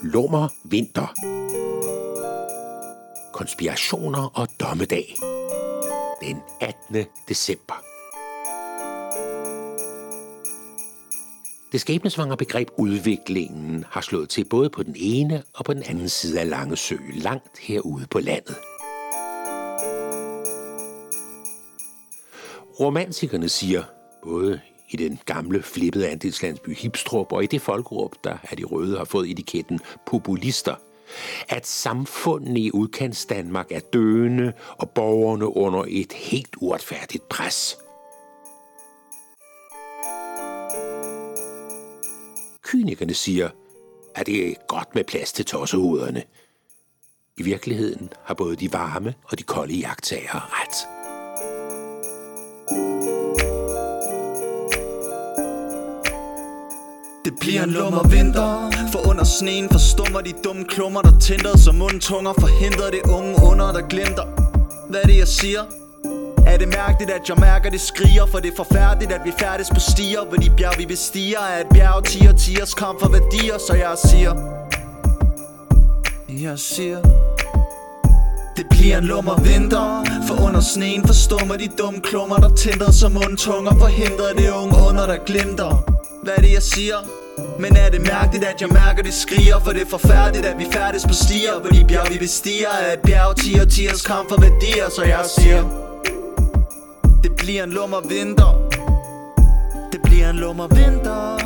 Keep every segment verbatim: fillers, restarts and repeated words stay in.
Lummer vinter. Konspirationer og dommedag. Den attende december. Det skæbnesvangre begreb udviklingen har slået til både på den ene og på den anden side af Langesø, langt herude på landet. Romantikerne siger, både i den gamle flippede andelslandsby Hipstrup og i det folkeråb, der af de røde har fået etiketten populister, at samfundene i udkantsdanmark er døende og borgerne under et helt uretfærdigt pres. Kynikerne siger, at det er godt med plads til tossehovederne. I virkeligheden har både de varme og de kolde iagttagere ret. Det bliver en lummer vinter, for under sneen forstummer de dumme klummer, der tænder som mundtunger, forhindrer det unge under, der glemter. Hvad er det jeg siger? Er det mærkeligt at jeg mærker det skriger? For det er forfærdeligt at vi færdes på stier, hvor de bjerg vi bestiger er et bjerg tiger tiers kamp for værdier. Så jeg siger, jeg siger det bliver en lummer vinter, for under sneen forstummer de dumme klummer, der tænder som mundtunger, forhindrer det unge under, der glemter. Hvad er det jeg siger? Men er det mærkeligt at jeg mærker det skriger? For det er forfærdeligt at vi færdes på stier, hvor de bjerg vi bestiger er et bjerg tiger tiers kamp for værdier. Så jeg siger, det bliver en lummer vinter. Det bliver en lummer vinter.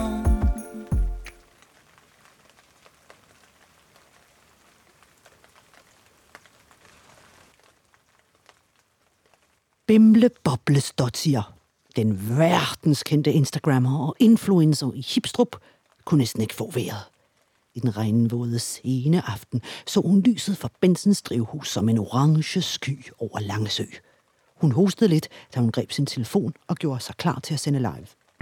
Bimle Boblestottir, den verdenskendte Instagrammer og influencer i Hipstrup, kunne næsten ikke få vejret. I den regnvåde sene aften så hun lyset fra Bensens drivhus som en orange sky over Langesø. Hun hostede lidt, da hun greb sin telefon og gjorde sig klar til at sende live.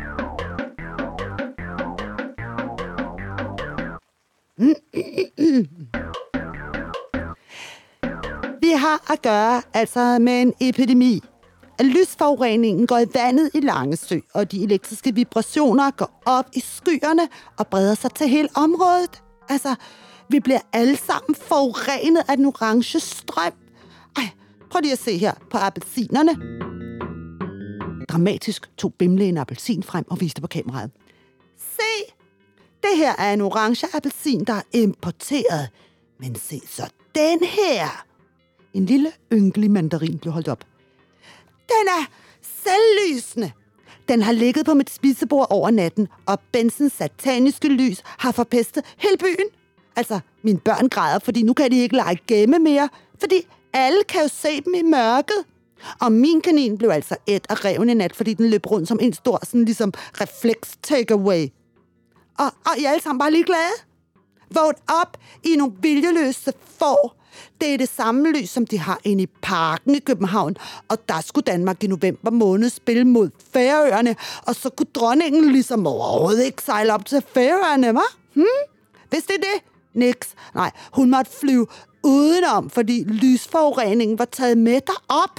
Vi har at gøre altså med en epidemi. Lysforureningen går i vandet i Langesø, og de elektriske vibrationer går op i skyerne og breder sig til hele området. Altså, vi bliver alle sammen forurenet af den orange strøm. Ej, prøv lige at se her på appelsinerne. Dramatisk tog Bimle en appelsin frem og viste på kameraet. Se, det her er en orange appelsin, der er importeret. Men se så den her. En lille ynkelig mandarin blev holdt op. Den er selvlysende. Den har ligget på mit spisebord over natten, og Bensens sataniske lys har forpestet hele byen. Altså, mine børn græder, fordi nu kan de ikke lege gemme mere, fordi alle kan jo se dem i mørket. Og min kanin blev altså ædt af ræven i nat, fordi den løb rundt som en stor, sådan ligesom refleks takeaway. Og, og I er alle sammen bare lige glade. Vågn op i nogle viljeløse får. Det er det samme lys, som de har inde i parken i København. Og der skulle Danmark i november måned spille mod Færøerne. Og så kunne dronningen ligesom overhovedet ikke sejle op til Færøerne, hva'? Hmm? Vidste I det? Niks. Nej, hun måtte flyve udenom, fordi lysforureningen var taget med derop.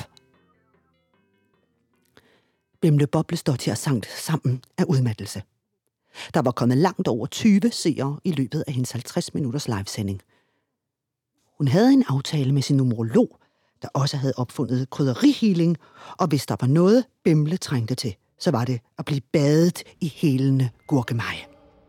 Bimle Boblestottir sang sammen af udmattelse. Der var kommet langt over tyve seere i løbet af hendes halvtreds minutters livesending. Hun havde en aftale med sin numerolog, der også havde opfundet krydderihealing, og hvis der var noget, Bimle trængte til, så var det at blive badet i helende gurkemeje.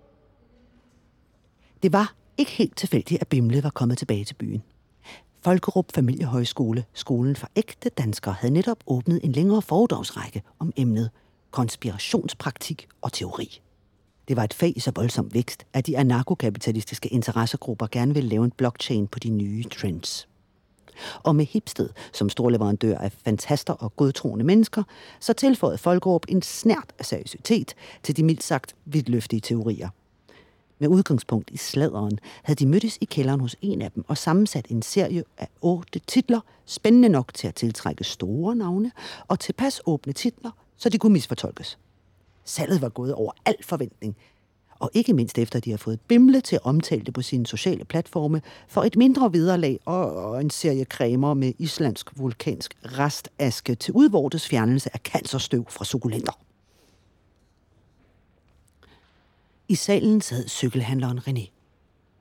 Det var ikke helt tilfældigt, at Bimle var kommet tilbage til byen. Folkerup Familiehøjskole, skolen for ægte danskere, havde netop åbnet en længere foredragsrække om emnet konspirationspraktik og teori. Det var et fag i så voldsom vækst, at de anarkokapitalistiske interessegrupper gerne ville lave en blockchain på de nye trends. Og med Hipsted som stor leverandør af fantaster og godtroende mennesker, så tilføjede Folkerup en snert af seriøsitet til de mildt sagt vidtløftige teorier. Med udgangspunkt i sladderen havde de mødtes i kælderen hos en af dem og sammensat en serie af otte titler, spændende nok til at tiltrække store navne, og tilpas åbne titler, så de kunne misfortolkes. Salget var gået over al forventning, og ikke mindst efter, at de har fået Bimle til at omtale det på sine sociale platforme for et mindre vederlag og en serie cremer med islandsk vulkansk restaske til udvortes fjernelse af cancerstøv fra sukulenter. I salen sad cykelhandleren René.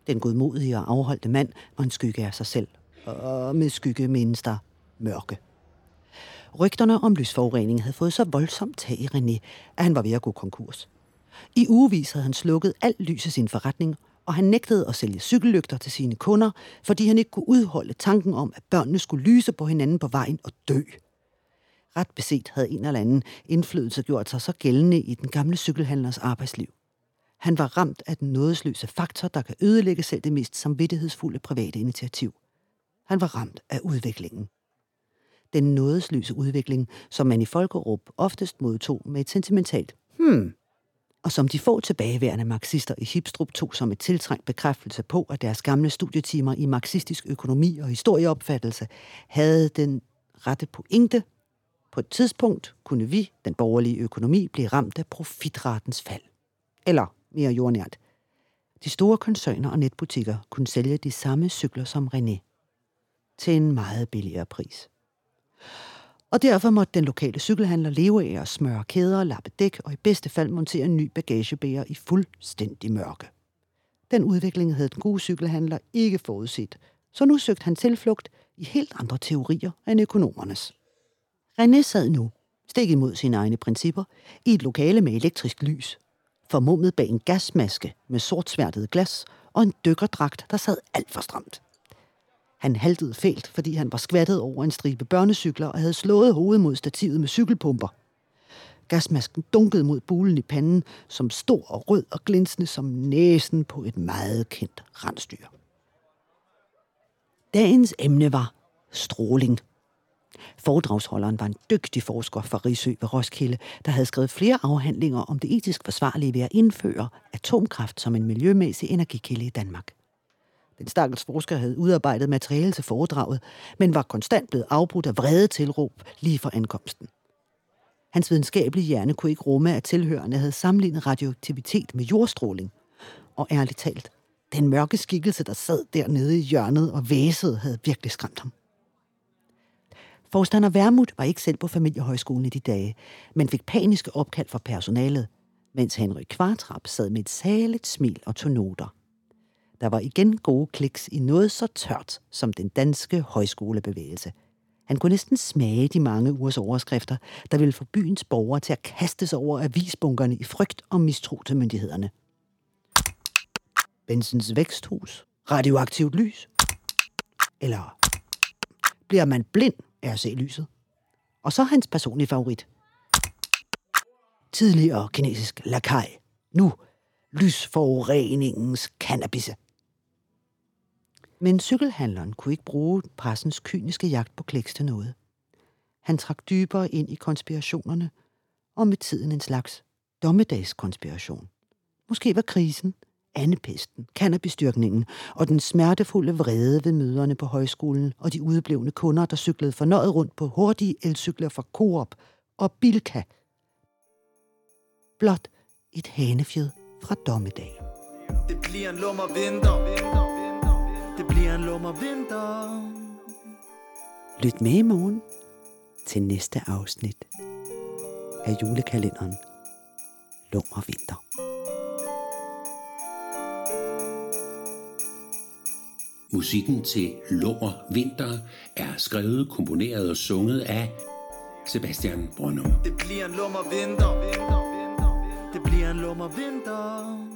Den godmodige og afholdte mand var en skygge af sig selv, og med skygge menes der mørke. Rygterne om lysforurening havde fået så voldsomt tag i René, at han var ved at gå konkurs. I ugevis havde han slukket alt lys i sin forretning, og han nægtede at sælge cykellygter til sine kunder, fordi han ikke kunne udholde tanken om, at børnene skulle lyse på hinanden på vejen og dø. Ret beset havde en eller anden indflydelse gjort sig så gældende i den gamle cykelhandlers arbejdsliv. Han var ramt af den nådesløse faktor, der kan ødelægge selv det mest samvittighedsfulde private initiativ. Han var ramt af udviklingen. Den nådesløse udvikling, som man i Folkerup oftest modtog med et sentimentalt hmm, og som de få tilbageværende marxister i Hipstrup tog som et tiltrængt bekræftelse på, at deres gamle studietimer i marxistisk økonomi og historieopfattelse havde den rette pointe. På et tidspunkt kunne vi, den borgerlige økonomi, blive ramt af profitratens fald. Eller mere jordnært. De store koncerner og netbutikker kunne sælge de samme cykler som René til en meget billigere pris. Og derfor måtte den lokale cykelhandler leve af at smøre kæder, lappe dæk og i bedste fald montere en ny bagagebærer i fuldstændig mørke. Den udvikling havde den gode cykelhandler ikke forudset, så nu søgte han tilflugt i helt andre teorier end økonomernes. René sad nu, stik imod sine egne principper, i et lokale med elektrisk lys, formummet bag en gasmaske med sortsværtet glas og en dykkerdragt, der sad alt for stramt. Han haltede fælt, fordi han var skvattet over en stribe børnecykler og havde slået hovedet mod stativet med cykelpumper. Gasmasken dunkede mod bulen i panden, som stor og rød og glinsende som næsen på et meget kendt rensdyr. Dagens emne var stråling. Foredragsholderen var en dygtig forsker fra Risø ved Roskilde, der havde skrevet flere afhandlinger om det etisk forsvarlige ved at indføre atomkraft som en miljømæssig energikilde i Danmark. Den stakkels forsker havde udarbejdet materiale til foredraget, men var konstant blevet afbrudt af vrede tilråb lige for ankomsten. Hans videnskabelige hjerne kunne ikke rumme, at tilhørende havde sammenlignet radioaktivitet med jordstråling. Og ærligt talt, den mørke skikkelse, der sad dernede i hjørnet og væsede, havde virkelig skræmt ham. Forstander Vermut var ikke selv på familiehøjskolen i de dage, men fik paniske opkald fra personalet, mens Henry Kvartrap sad med et saligt smil og tog noter. Der var igen gode kliks i noget så tørt som den danske højskolebevægelse. Han kunne næsten smage de mange ugers overskrifter, der ville få byens borgere til at kaste sig over avisbunkerne i frygt og mistro til myndighederne. Bensens væksthus, radioaktivt lys, eller bliver man blind af at se lyset? Og så hans personlige favorit. Tidligere kinesisk lakaj, nu lysforureningens cannabis. Men cykelhandleren kunne ikke bruge pressens kyniske jagt på kliks til noget. Han trak dybere ind i konspirationerne, og med tiden en slags dommedagskonspiration. Måske var krisen, andepesten, cannabisdyrkningen og den smertefulde vrede ved møderne på højskolen og de udeblevne kunder, der cyklede fornøjet rundt på hurtige elcykler fra Coop og Bilka. Blot et hanefjed fra dommedag. Det bliver en lummer vinter. Det bliver en lummer vinter. Lyt med i morgen til næste afsnit af julekalenderen Lummer Vinter. Musikken til Lummer Vinter er skrevet, komponeret og sunget af Sebastian Brønum. Det bliver en lummer vinter. Det bliver en lummer vinter.